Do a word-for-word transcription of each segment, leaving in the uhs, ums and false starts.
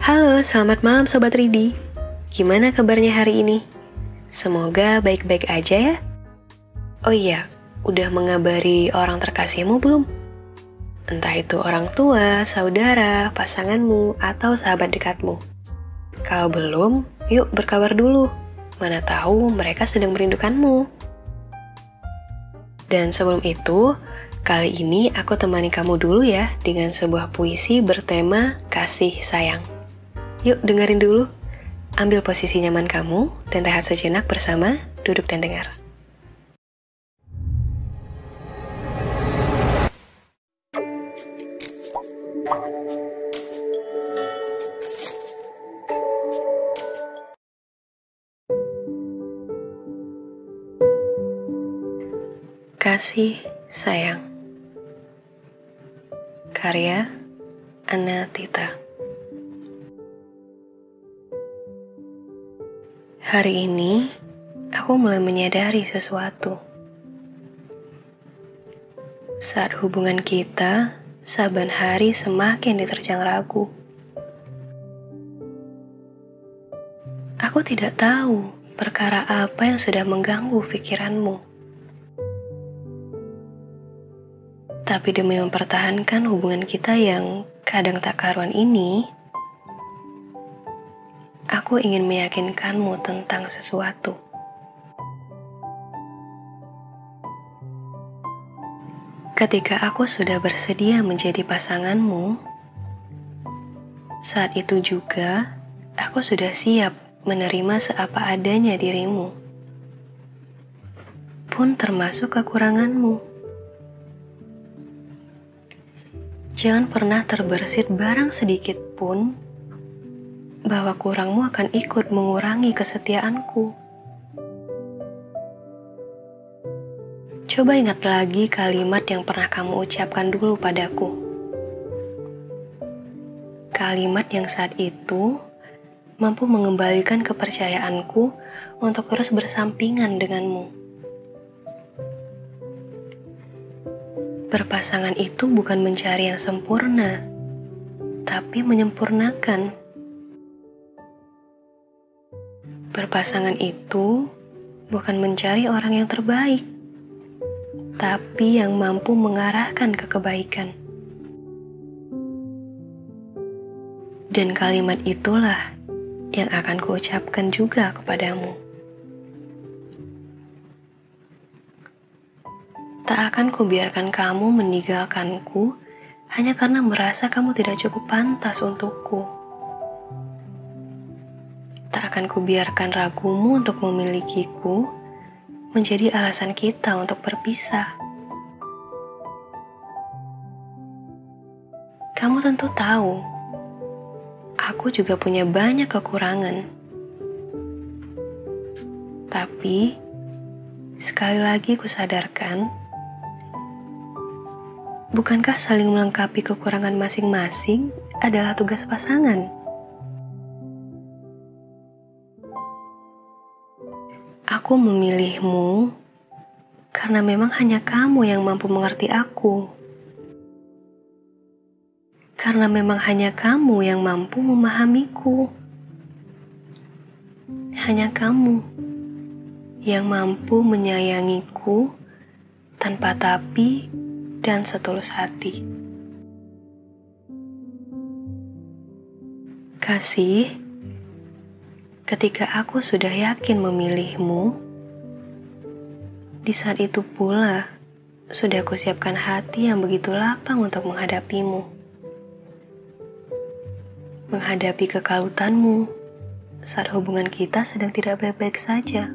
Halo, selamat malam Sobat Ridi. Gimana kabarnya hari ini? Semoga baik-baik aja ya. Oh iya, udah mengabari orang terkasihmu belum? Entah itu orang tua, saudara, pasanganmu, atau sahabat dekatmu. Kalau belum, yuk berkabar dulu. Mana tahu mereka sedang merindukanmu. Dan sebelum itu, kali ini aku temani kamu dulu ya dengan sebuah puisi bertema kasih sayang. Yuk dengerin dulu. Ambil posisi nyaman kamu dan rehat sejenak bersama Duduk dan Dengar. Kasih sayang. Karya Anna Tita. Hari ini, aku mulai menyadari sesuatu. Saat hubungan kita, saban hari semakin diterjang ragu. Aku tidak tahu perkara apa yang sudah mengganggu pikiranmu. Tapi demi mempertahankan hubungan kita yang kadang tak karuan ini, aku ingin meyakinkanmu tentang sesuatu. Ketika aku sudah bersedia menjadi pasanganmu, saat itu juga aku sudah siap menerima seapa adanya dirimu, pun termasuk kekuranganmu. Jangan pernah terbersit barang sedikit pun bahwa kurangmu akan ikut mengurangi kesetiaanku. Coba ingat lagi kalimat yang pernah kamu ucapkan dulu padaku. Kalimat yang saat itu mampu mengembalikan kepercayaanku untuk terus bersampingan denganmu. Berpasangan itu bukan mencari yang sempurna, tapi menyempurnakan. Berpasangan itu bukan mencari orang yang terbaik, tapi yang mampu mengarahkan ke kebaikan. Dan kalimat itulah yang akan kuucapkan juga kepadamu. Tak akan kubiarkan kamu meninggalkanku hanya karena merasa kamu tidak cukup pantas untukku. Tak akan kubiarkan ragumu untuk memilikiku menjadi alasan kita untuk berpisah. Kamu tentu tahu, aku juga punya banyak kekurangan. Tapi, sekali lagi kusadarkan, bukankah saling melengkapi kekurangan masing-masing adalah tugas pasangan? Aku memilihmu karena memang hanya kamu yang mampu mengerti aku. Karena memang hanya kamu yang mampu memahamiku. Hanya kamu yang mampu menyayangiku tanpa tapi dan setulus hati. Kasih, ketika aku sudah yakin memilihmu, di saat itu pula sudah kusiapkan hati yang begitu lapang untuk menghadapimu. Menghadapi kekalutanmu saat hubungan kita sedang tidak baik-baik saja.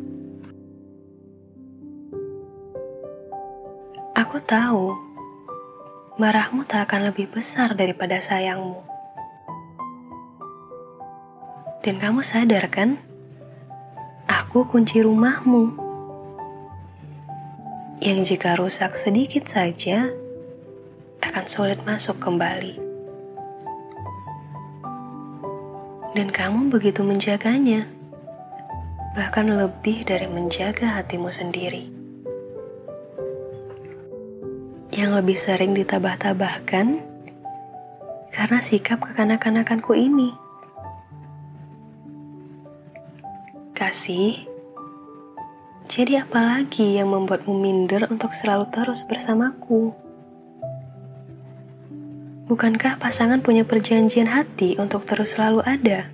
Aku tahu marahmu tak akan lebih besar daripada sayangmu. Dan kamu sadar kan? Aku kunci rumahmu. Yang jika rusak sedikit saja, akan sulit masuk kembali. Dan kamu begitu menjaganya, bahkan lebih dari menjaga hatimu sendiri. Yang lebih sering ditabah-tabahkan karena sikap kekanak-kanakanku ini. Kasih, jadi apa lagi yang membuatmu minder untuk selalu terus bersamaku? Bukankah pasangan punya perjanjian hati untuk terus selalu ada?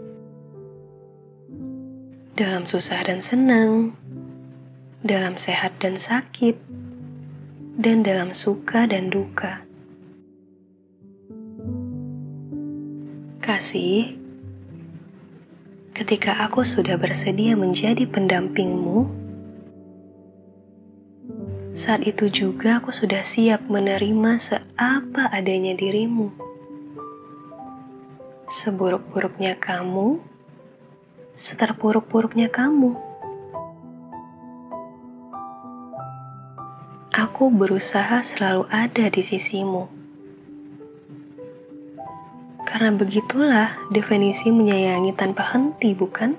Dalam susah dan senang, dalam sehat dan sakit, dan dalam suka dan duka. Kasih, ketika aku sudah bersedia menjadi pendampingmu, saat itu juga aku sudah siap menerima seapa adanya dirimu. Seburuk-buruknya kamu, seterpuruk-puruknya kamu. Aku berusaha selalu ada di sisimu. Karena begitulah definisi menyayangi tanpa henti, bukan?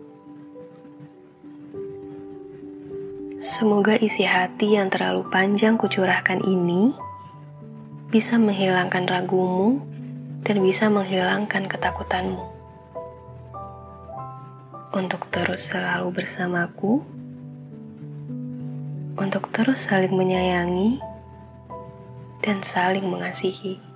Semoga isi hati yang terlalu panjang kucurahkan ini bisa menghilangkan ragumu dan bisa menghilangkan ketakutanmu. Untuk terus selalu bersamaku, untuk terus saling menyayangi dan saling mengasihi.